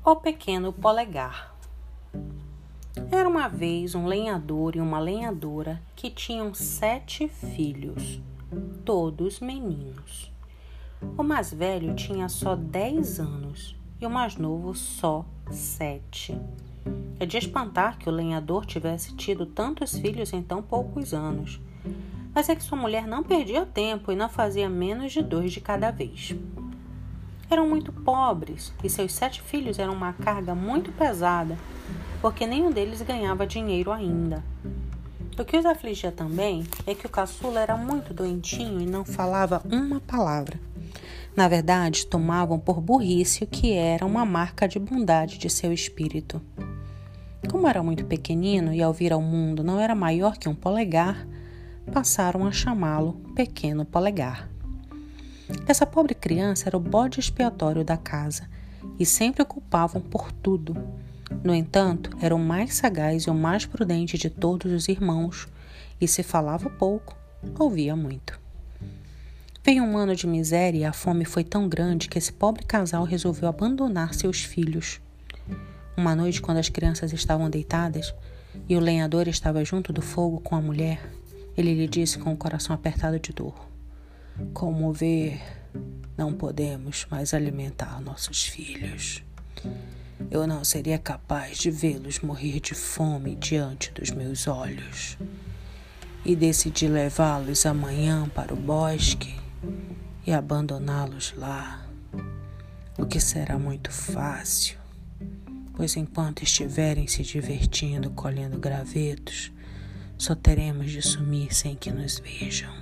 O Pequeno Polegar. Era uma vez um lenhador e uma lenhadora que tinham 7 filhos, todos meninos. O mais velho tinha só 10 anos e o mais novo só 7. É de espantar que o lenhador tivesse tido tantos filhos em tão poucos anos, mas é que sua mulher não perdia tempo e não fazia menos de 2 de cada vez. Eram muito pobres e seus 7 filhos eram uma carga muito pesada, porque nenhum deles ganhava dinheiro ainda. O que os afligia também é que o caçula era muito doentinho e não falava uma palavra. Na verdade, tomavam por burrice o que era uma marca de bondade de seu espírito. Como era muito pequenino e ao vir ao mundo não era maior que um polegar, passaram a chamá-lo Pequeno Polegar. Essa pobre criança era o bode expiatório da casa e sempre o culpavam por tudo. No entanto, era o mais sagaz e o mais prudente de todos os irmãos e se falava pouco, ouvia muito. Veio um ano de miséria e a fome foi tão grande que esse pobre casal resolveu abandonar seus filhos. Uma noite, quando as crianças estavam deitadas e o lenhador estava junto do fogo com a mulher, ele lhe disse com o coração apertado de dor: "Como vê, não podemos mais alimentar nossos filhos. Eu não seria capaz de vê-los morrer de fome diante dos meus olhos. E decidi levá-los amanhã para o bosque e abandoná-los lá, o que será muito fácil, pois enquanto estiverem se divertindo colhendo gravetos, só teremos de sumir sem que nos vejam."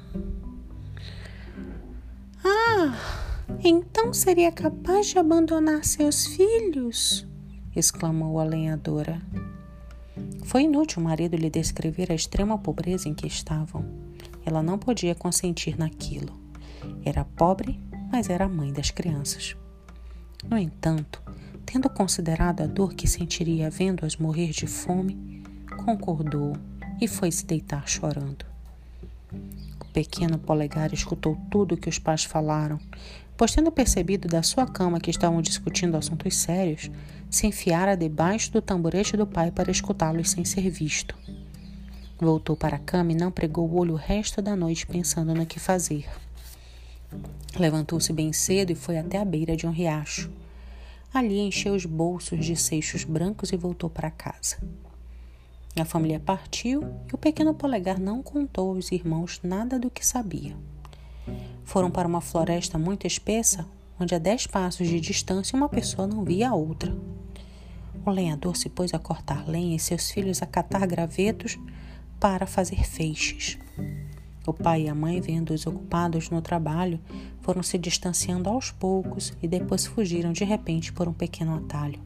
Então seria capaz de abandonar seus filhos? Exclamou a lenhadora. Foi inútil o marido lhe descrever a extrema pobreza em que estavam. Ela não podia consentir naquilo. Era pobre, mas era a mãe das crianças. No entanto, tendo considerado a dor que sentiria vendo-as morrer de fome, concordou e foi se deitar chorando. O pequeno Polegar escutou tudo o que os pais falaram, pois tendo percebido da sua cama que estavam discutindo assuntos sérios, se enfiara debaixo do tamborete do pai para escutá-los sem ser visto. Voltou para a cama e não pregou o olho o resto da noite pensando no que fazer. Levantou-se bem cedo e foi até a beira de um riacho. Ali encheu os bolsos de seixos brancos e voltou para casa. A família partiu e o pequeno Polegar não contou aos irmãos nada do que sabia. Foram para uma floresta muito espessa, onde a 10 passos de distância uma pessoa não via a outra. O lenhador se pôs a cortar lenha e seus filhos a catar gravetos para fazer feixes. O pai e a mãe, vendo-os ocupados no trabalho, foram se distanciando aos poucos e depois fugiram de repente por um pequeno atalho.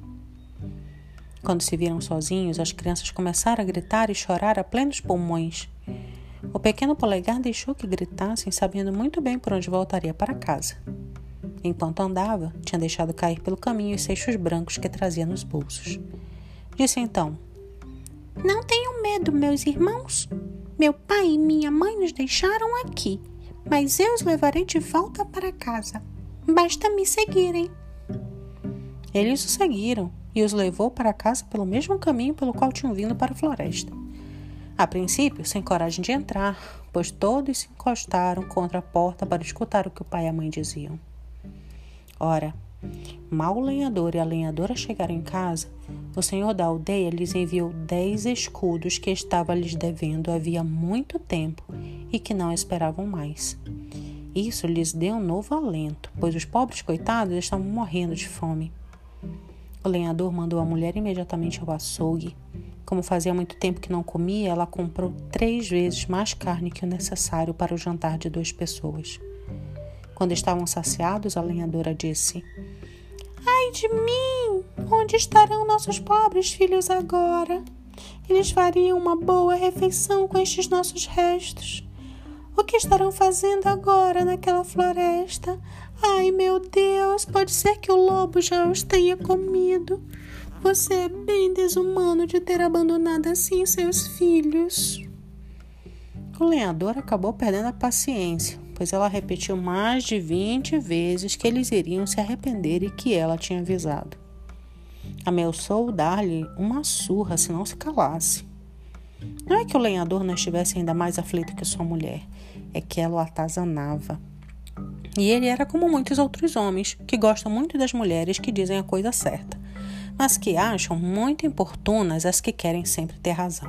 Quando se viram sozinhos, as crianças começaram a gritar e chorar a plenos pulmões. O pequeno Polegar deixou que gritassem, sabendo muito bem por onde voltaria para casa. Enquanto andava, tinha deixado cair pelo caminho os seixos brancos que trazia nos bolsos. Disse então: "Não tenham medo, meus irmãos. Meu pai e minha mãe nos deixaram aqui, mas eu os levarei de volta para casa. Basta me seguirem." Eles o seguiram e os levou para casa pelo mesmo caminho pelo qual tinham vindo para a floresta. A princípio, sem coragem de entrar, pois todos se encostaram contra a porta para escutar o que o pai e a mãe diziam. Ora, mal o lenhador e a lenhadora chegaram em casa, o senhor da aldeia lhes enviou 10 escudos que estava lhes devendo havia muito tempo e que não esperavam mais. Isso lhes deu um novo alento, pois os pobres coitados estavam morrendo de fome. O lenhador mandou a mulher imediatamente ao açougue. Como fazia muito tempo que não comia, ela comprou 3 vezes mais carne que o necessário para o jantar de 2 pessoas. Quando estavam saciados, a lenhadora disse: "Ai de mim! Onde estarão nossos pobres filhos agora? Eles fariam uma boa refeição com estes nossos restos. O que estarão fazendo agora naquela floresta? Ai, meu Deus, pode ser que o lobo já os tenha comido. Você é bem desumano de ter abandonado assim seus filhos." O lenhador acabou perdendo a paciência, pois ela repetiu mais de 20 vezes que eles iriam se arrepender e que ela tinha avisado. Ameaçou dar-lhe uma surra se não se calasse. Não é que o lenhador não estivesse ainda mais aflito que sua mulher, é que ela o atazanava. E ele era como muitos outros homens, que gostam muito das mulheres que dizem a coisa certa, mas que acham muito importunas as que querem sempre ter razão.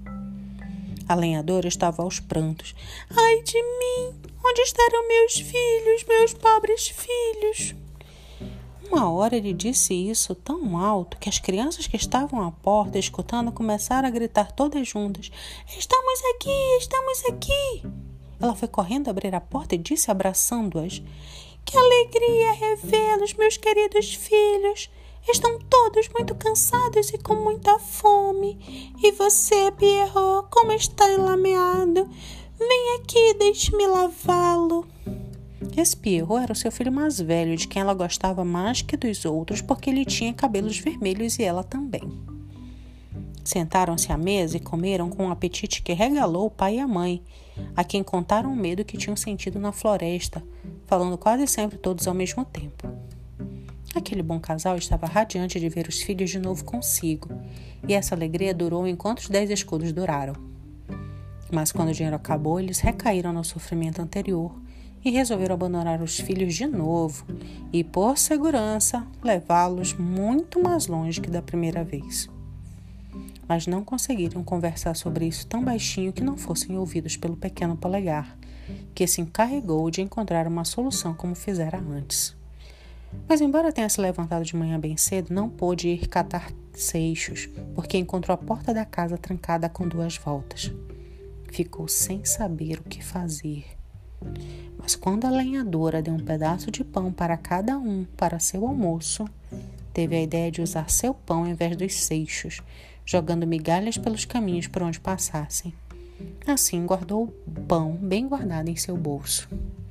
A lenhadora estava aos prantos. Ai de mim! Onde estarão meus filhos, meus pobres filhos? Uma hora ele disse isso tão alto que as crianças que estavam à porta escutando começaram a gritar todas juntas. Estamos aqui, estamos aqui! Ela foi correndo abrir a porta e disse, abraçando-as, que alegria revê-los, meus queridos filhos! Estão todos muito cansados e com muita fome. E você, Pierrot, como está enlameado? Vem aqui, deixe-me lavá-lo. Esse Pierrot era o seu filho mais velho, de quem ela gostava mais que dos outros, porque ele tinha cabelos vermelhos e ela também. Sentaram-se à mesa e comeram com um apetite que regalou o pai e a mãe, a quem contaram o medo que tinham sentido na floresta, falando quase sempre todos ao mesmo tempo. Aquele bom casal estava radiante de ver os filhos de novo consigo, e essa alegria durou enquanto os 10 escudos duraram. Mas quando o dinheiro acabou, eles recaíram no sofrimento anterior e resolveram abandonar os filhos de novo e, por segurança, levá-los muito mais longe que da primeira vez. Mas não conseguiram conversar sobre isso tão baixinho que não fossem ouvidos pelo pequeno Polegar, que se encarregou de encontrar uma solução como fizera antes. Mas, embora tenha se levantado de manhã bem cedo, não pôde ir catar seixos, porque encontrou a porta da casa trancada com 2 voltas. Ficou sem saber o que fazer. Mas quando a lenhadora deu um pedaço de pão para cada um para seu almoço, teve a ideia de usar seu pão em vez dos seixos, jogando migalhas pelos caminhos por onde passassem. Assim, guardou o pão bem guardado em seu bolso.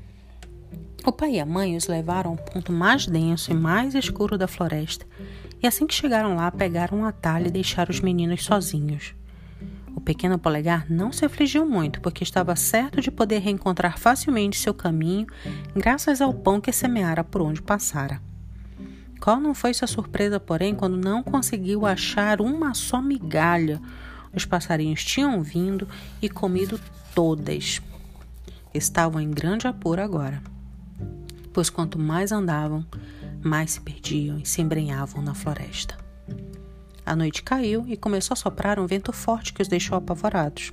O pai e a mãe os levaram ao ponto mais denso e mais escuro da floresta, e assim que chegaram lá, pegaram um atalho e deixaram os meninos sozinhos. O pequeno Polegar não se afligiu muito, porque estava certo de poder reencontrar facilmente seu caminho, graças ao pão que semeara por onde passara. Qual não foi sua surpresa, porém, quando não conseguiu achar uma só migalha? Os passarinhos tinham vindo e comido todas. Estavam em grande apuro agora, pois quanto mais andavam, mais se perdiam e se embrenhavam na floresta. A noite caiu e começou a soprar um vento forte que os deixou apavorados.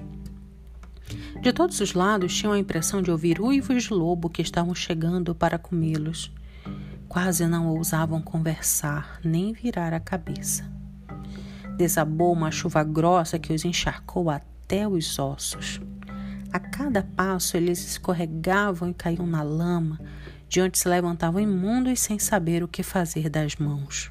De todos os lados tinham a impressão de ouvir uivos de lobo que estavam chegando para comê-los. Quase não ousavam conversar, nem virar a cabeça. Desabou uma chuva grossa que os encharcou até os ossos. A cada passo eles escorregavam e caíam na lama, de onde se levantavam imundos sem saber o que fazer das mãos.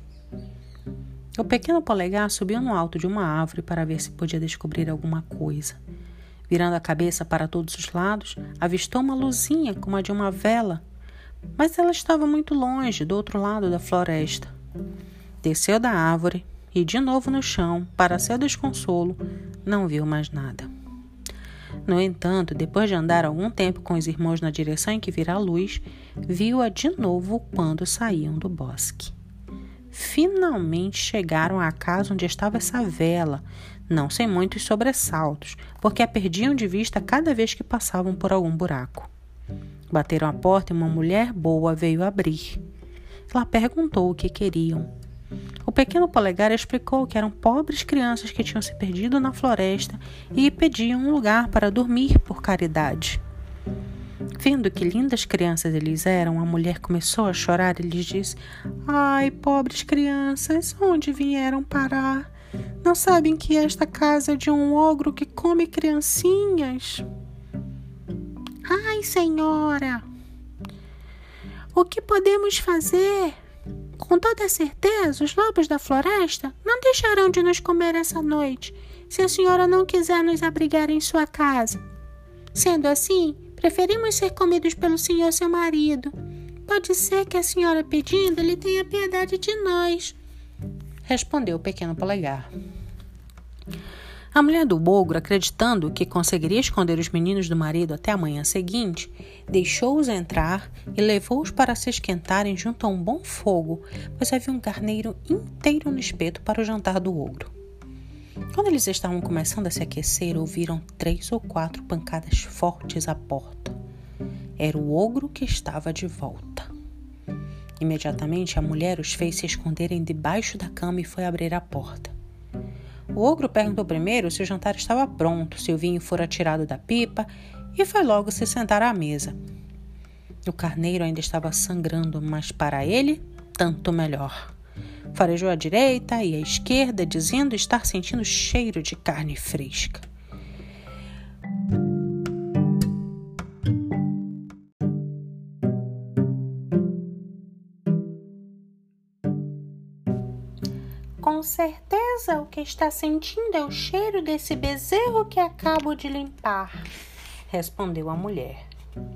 O pequeno Polegar subiu no alto de uma árvore para ver se podia descobrir alguma coisa. Virando a cabeça para todos os lados, avistou uma luzinha como a de uma vela, mas ela estava muito longe, do outro lado da floresta. Desceu da árvore e, de novo no chão, para seu desconsolo, não viu mais nada. No entanto, depois de andar algum tempo com os irmãos na direção em que vira a luz, viu-a de novo quando saíam do bosque. Finalmente chegaram à casa onde estava essa vela, não sem muitos sobressaltos, porque a perdiam de vista cada vez que passavam por algum buraco. Bateram à porta e uma mulher boa veio abrir. Ela perguntou o que queriam. O pequeno Polegar explicou que eram pobres crianças que tinham se perdido na floresta e pediam um lugar para dormir por caridade. Vendo que lindas crianças eles eram, a mulher começou a chorar e lhes disse: Ai, pobres crianças, onde vieram parar? Não sabem que esta casa é de um ogro que come criancinhas? Ai, senhora, o que podemos fazer? Com toda certeza, os lobos da floresta não deixarão de nos comer essa noite, se a senhora não quiser nos abrigar em sua casa. Sendo assim, preferimos ser comidos pelo senhor seu marido. Pode ser que a senhora pedindo, ele tenha piedade de nós, respondeu o pequeno Polegar. A mulher do ogro, acreditando que conseguiria esconder os meninos do marido até a manhã seguinte, deixou-os entrar e levou-os para se esquentarem junto a um bom fogo, pois havia um carneiro inteiro no espeto para o jantar do ogro. Quando eles estavam começando a se aquecer, ouviram 3 ou 4 pancadas fortes à porta. Era o ogro que estava de volta. Imediatamente a mulher os fez se esconderem debaixo da cama e foi abrir a porta. O ogro perguntou primeiro se o jantar estava pronto, se o vinho fora tirado da pipa, e foi logo se sentar à mesa. O carneiro ainda estava sangrando, mas para ele, tanto melhor. Farejou à direita e à esquerda, dizendo estar sentindo cheiro de carne fresca. Com certeza o que está sentindo é o cheiro desse bezerro que acabo de limpar, respondeu a mulher.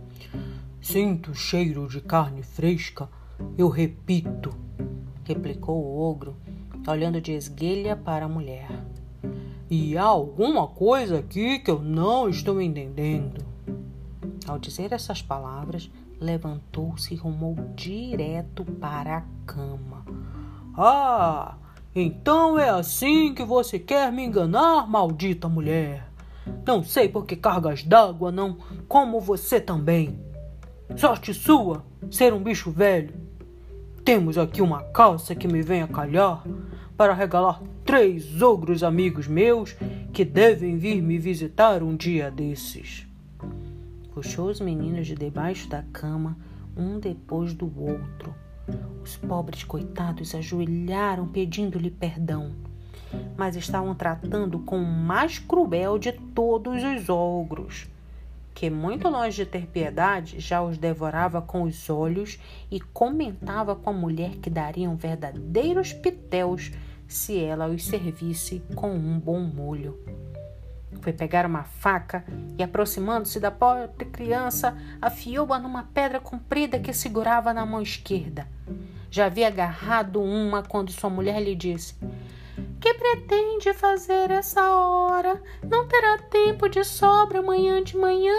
Sinto cheiro de carne fresca, eu repito, replicou o ogro, olhando de esguelha para a mulher. E há alguma coisa aqui que eu não estou entendendo. Ao dizer essas palavras, levantou-se e rumou direto para a cama. Ah! Então é assim que você quer me enganar, maldita mulher. Não sei por que cargas d'água não como você também. Sorte sua ser um bicho velho. Temos aqui uma calça que me vem a calhar para regalar 3 ogros amigos meus que devem vir me visitar um dia desses. Puxou os meninos de debaixo da cama, um depois do outro. Os pobres coitados ajoelharam pedindo-lhe perdão, mas estavam tratando com o mais cruel de todos os ogros, que, muito longe de ter piedade, já os devorava com os olhos e comentava com a mulher que dariam verdadeiros pitéus se ela os servisse com um bom molho. Foi pegar uma faca e, aproximando-se da pobre criança, afiou-a numa pedra comprida que segurava na mão esquerda. Já havia agarrado uma quando sua mulher lhe disse: Que pretende fazer essa hora? Não terá tempo de sobra amanhã de manhã.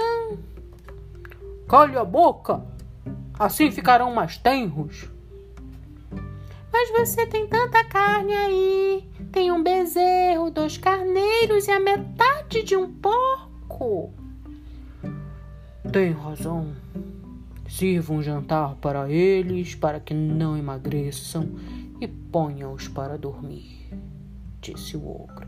Cale a boca! Assim ficarão mais tenros. Mas você tem tanta carne aí. Tem um bezerro, 2 carneiros e a metade de um porco. Tem razão. Sirva um jantar para eles, para que não emagreçam, e ponha-os para dormir, disse o ogro.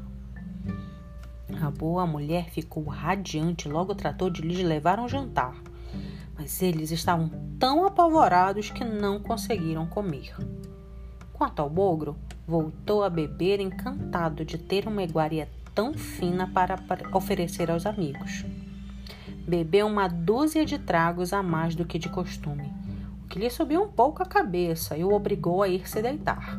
A boa mulher ficou radiante e logo tratou de lhes levar um jantar, mas eles estavam tão apavorados que não conseguiram comer. Quanto ao ogro, voltou a beber encantado de ter uma iguaria tão fina para oferecer aos amigos. Bebeu 12 de tragos a mais do que de costume, o que lhe subiu um pouco a cabeça e o obrigou a ir se deitar.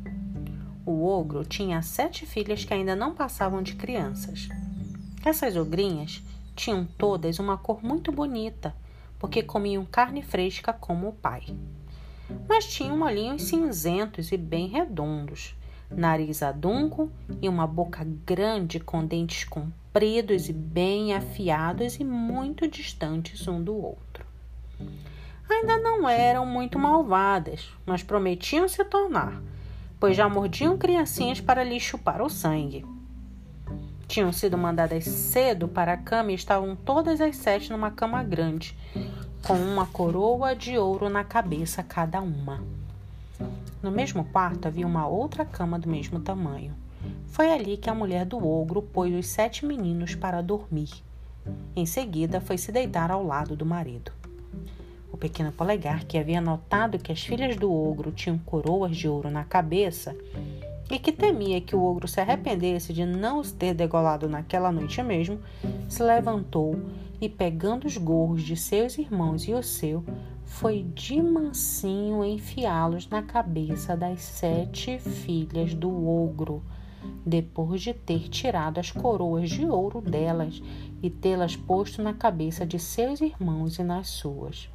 O ogro tinha 7 filhas que ainda não passavam de crianças. Essas ogrinhas tinham todas uma cor muito bonita, porque comiam carne fresca como o pai. Mas tinham olhinhos cinzentos e bem redondos, nariz adunco e uma boca grande com dentes compridos e bem afiados e muito distantes um do outro. Ainda não eram muito malvadas, mas prometiam se tornar, pois já mordiam criancinhas para lhes chupar o sangue. Tinham sido mandadas cedo para a cama e estavam todas as 7 numa cama grande, com uma coroa de ouro na cabeça cada uma. No mesmo quarto havia uma outra cama do mesmo tamanho. Foi ali que a mulher do ogro pôs os 7 meninos para dormir. Em seguida, foi se deitar ao lado do marido. O pequeno Polegar, que havia notado que as filhas do ogro tinham coroas de ouro na cabeça e que temia que o ogro se arrependesse de não os ter degolado naquela noite mesmo, se levantou e, pegando os gorros de seus irmãos e o seu, foi de mansinho enfiá-los na cabeça das 7 filhas do ogro, depois de ter tirado as coroas de ouro delas e tê-las posto na cabeça de seus irmãos e nas suas.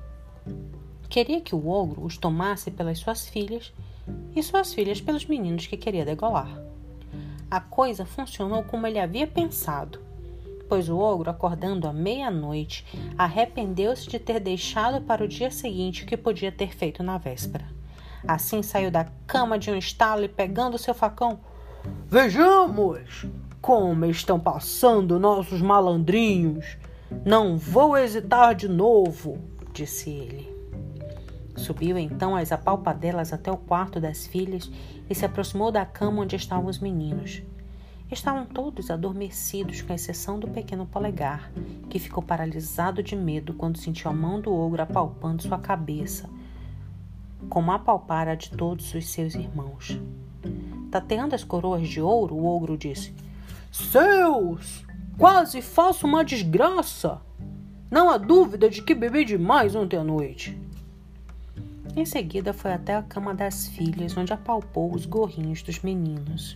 Queria que o ogro os tomasse pelas suas filhas e suas filhas pelos meninos que queria degolar. A coisa funcionou como ele havia pensado, pois o ogro, acordando à meia-noite, arrependeu-se de ter deixado para o dia seguinte o que podia ter feito na véspera. Assim saiu da cama de um estalo e, pegando seu facão: Vejamos como estão passando nossos malandrinhos. Não vou hesitar de novo, disse ele. Subiu então as apalpadelas até o quarto das filhas e se aproximou da cama onde estavam os meninos. Estavam todos adormecidos, com exceção do pequeno Polegar, que ficou paralisado de medo quando sentiu a mão do ogro apalpando sua cabeça, como apalpara a de todos os seus irmãos. Tateando as coroas de ouro, o ogro disse: Céus! Quase faço uma desgraça! Não há dúvida de que bebi demais ontem à noite. Em seguida foi até a cama das filhas, onde apalpou os gorrinhos dos meninos.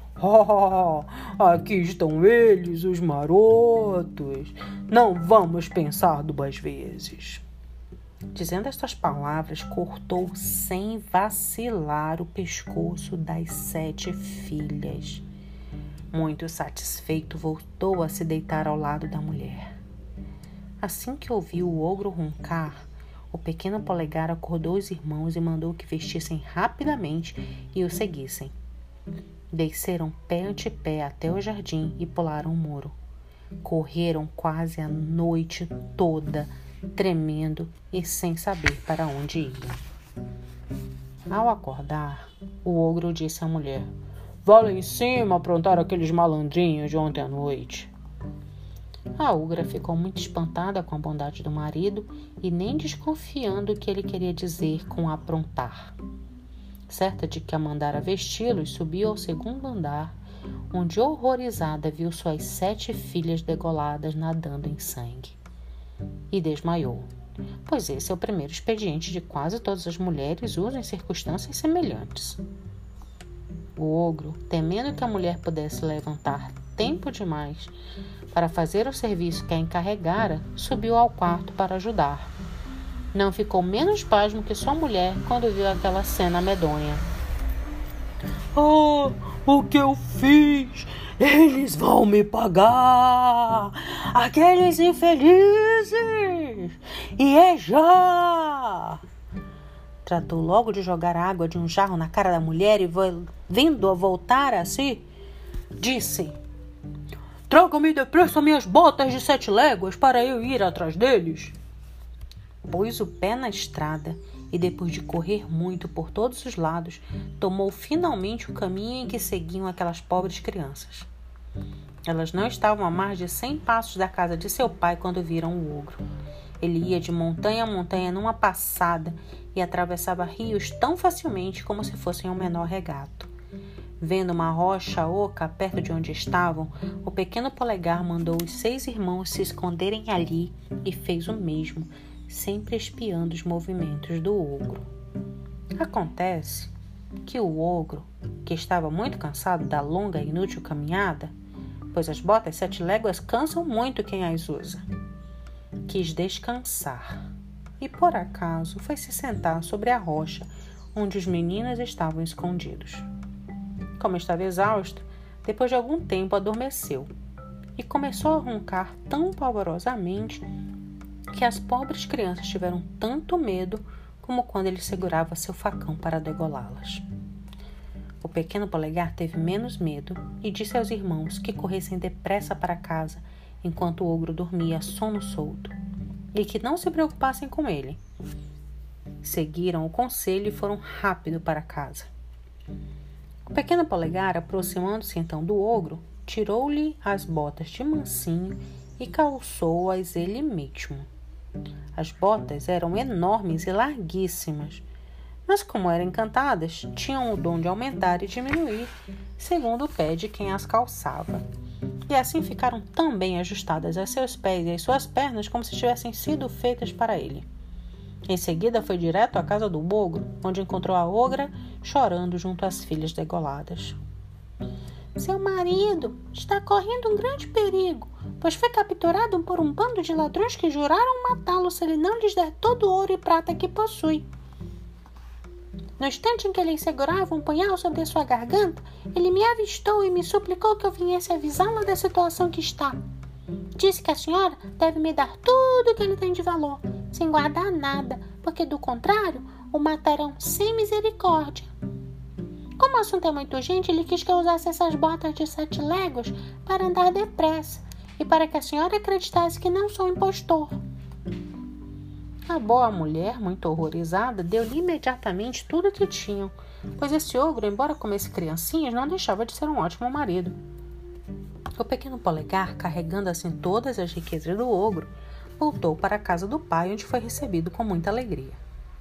Aqui estão eles, os marotos. Não vamos pensar duas vezes. Dizendo estas palavras, cortou sem vacilar o pescoço das 7 filhas. Muito satisfeito, voltou a se deitar ao lado da mulher. Assim que ouviu o ogro roncar, o pequeno Polegar acordou os irmãos e mandou que vestissem rapidamente e o seguissem. Desceram pé ante pé até o jardim e pularam o muro. Correram quase a noite toda, tremendo e sem saber para onde iam. Ao acordar, o ogro disse à mulher: Vá lá em cima aprontar aqueles malandrinhos de ontem à noite. A ogra ficou muito espantada com a bondade do marido e nem desconfiando o que ele queria dizer com aprontar. Certa de que a mandara vesti-los, subiu ao 2º andar, onde horrorizada viu suas 7 filhas degoladas nadando em sangue. E desmaiou, pois esse é o primeiro expediente de quase todas as mulheres usam em circunstâncias semelhantes. O ogro, temendo que a mulher pudesse levantar tempo demais para fazer o serviço que a encarregara, subiu ao quarto para ajudar. Não ficou menos pasmo que sua mulher quando viu aquela cena medonha. O que eu fiz? Eles vão me pagar! Aqueles infelizes! E é já! Tratou logo de jogar água de um jarro na cara da mulher e, vendo-a voltar a si, disse: Traga-me depressa minhas botas de 7 léguas para eu ir atrás deles. Pôs o pé na estrada e, depois de correr muito por todos os lados, tomou finalmente o caminho em que seguiam aquelas pobres crianças. Elas não estavam a mais de 100 passos da casa de seu pai quando viram o ogro. Ele ia de montanha a montanha numa passada e atravessava rios tão facilmente como se fossem um menor regato. Vendo uma rocha oca perto de onde estavam, o pequeno Polegar mandou os 6 irmãos se esconderem ali e fez o mesmo, sempre espiando os movimentos do ogro. Acontece que o ogro, que estava muito cansado da longa e inútil caminhada, pois as botas 7 léguas cansam muito quem as usa, quis descansar e, por acaso, foi se sentar sobre a rocha onde os meninos estavam escondidos. Como estava exausto, depois de algum tempo adormeceu e começou a roncar tão pavorosamente que as pobres crianças tiveram tanto medo como quando ele segurava seu facão para degolá-las. O pequeno Polegar teve menos medo e disse aos irmãos que corressem depressa para casa enquanto o ogro dormia a sono solto e que não se preocupassem com ele. Seguiram o conselho e foram rápido para casa. O pequeno Polegar, aproximando-se então do ogro, tirou-lhe as botas de mansinho e calçou-as ele mesmo. As botas eram enormes e larguíssimas, mas como eram encantadas, tinham o dom de aumentar e diminuir segundo o pé de quem as calçava. E assim ficaram tão bem ajustadas a seus pés e às suas pernas como se tivessem sido feitas para ele. Em seguida foi direto à casa do ogro, onde encontrou a ogra chorando junto às filhas degoladas. Seu marido está correndo um grande perigo, pois foi capturado por um bando de ladrões que juraram matá-lo se ele não lhes der todo o ouro e prata que possui. No instante em que ele segurava um punhal sobre sua garganta, ele me avistou e me suplicou que eu viesse avisá-la da situação que está. Disse que a senhora deve me dar tudo que ele tem de valor, sem guardar nada, porque do contrário, o matarão sem misericórdia. Como o assunto é muito urgente, ele quis que eu usasse essas botas de 7 léguas para andar depressa e para que a senhora acreditasse que não sou impostor. A boa mulher, muito horrorizada, deu-lhe imediatamente tudo o que tinham, pois esse ogro, embora comesse criancinhas, não deixava de ser um ótimo marido. O pequeno Polegar, carregando assim todas as riquezas do ogro, voltou para a casa do pai, onde foi recebido com muita alegria.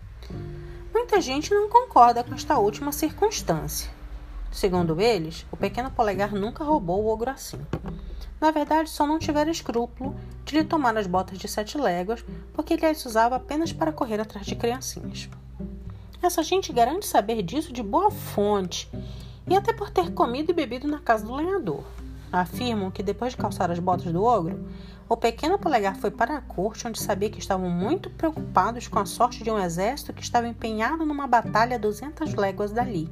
Muita gente não concorda com esta última circunstância. Segundo eles, o pequeno Polegar nunca roubou o ogro assim. Na verdade, só não tivera escrúpulo de lhe tomar as botas de 7 léguas, porque ele as usava apenas para correr atrás de criancinhas. Essa gente garante saber disso de boa fonte, e até por ter comido e bebido na casa do lenhador. Afirmam que depois de calçar as botas do ogro, o pequeno Polegar foi para a corte, onde sabia que estavam muito preocupados com a sorte de um exército que estava empenhado numa batalha a 200 léguas dali.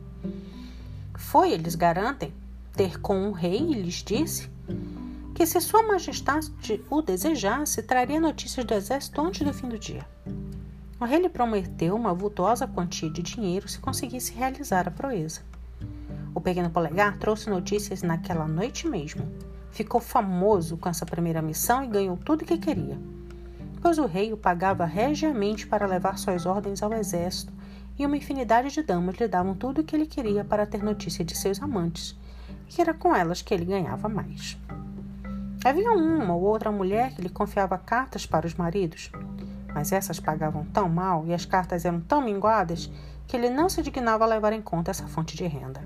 Foi, eles garantem, ter com o rei e lhes disse que se sua majestade o desejasse, traria notícias do exército antes do fim do dia. O rei lhe prometeu uma vultuosa quantia de dinheiro se conseguisse realizar a proeza. O pequeno Polegar trouxe notícias naquela noite mesmo. Ficou famoso com essa primeira missão e ganhou tudo o que queria, pois o rei o pagava regiamente para levar suas ordens ao exército, e uma infinidade de damas lhe davam tudo o que ele queria para ter notícia de seus amantes, e que era com elas que ele ganhava mais. Havia uma ou outra mulher que lhe confiava cartas para os maridos, mas essas pagavam tão mal e as cartas eram tão minguadas que ele não se dignava a levar em conta essa fonte de renda.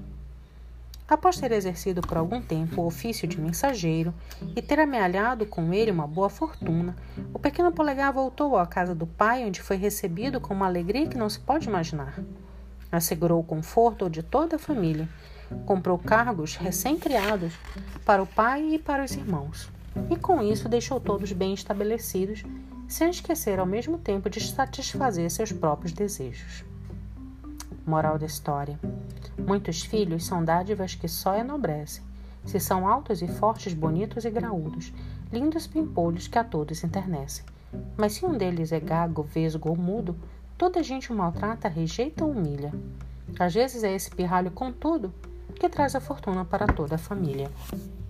Após ter exercido por algum tempo o ofício de mensageiro e ter amealhado com ele uma boa fortuna, o pequeno Polegar voltou à casa do pai, onde foi recebido com uma alegria que não se pode imaginar. Assegurou o conforto de toda a família, comprou cargos recém-criados para o pai e para os irmãos, e com isso deixou todos bem estabelecidos, sem esquecer ao mesmo tempo de satisfazer seus próprios desejos. Moral da história: muitos filhos são dádivas que só enobrecem, se são altos e fortes, bonitos e graúdos, lindos pimpolhos que a todos enternecem. Mas se um deles é gago, vesgo ou mudo, toda a gente o maltrata, rejeita ou humilha. Às vezes é esse pirralho, contudo, que traz a fortuna para toda a família.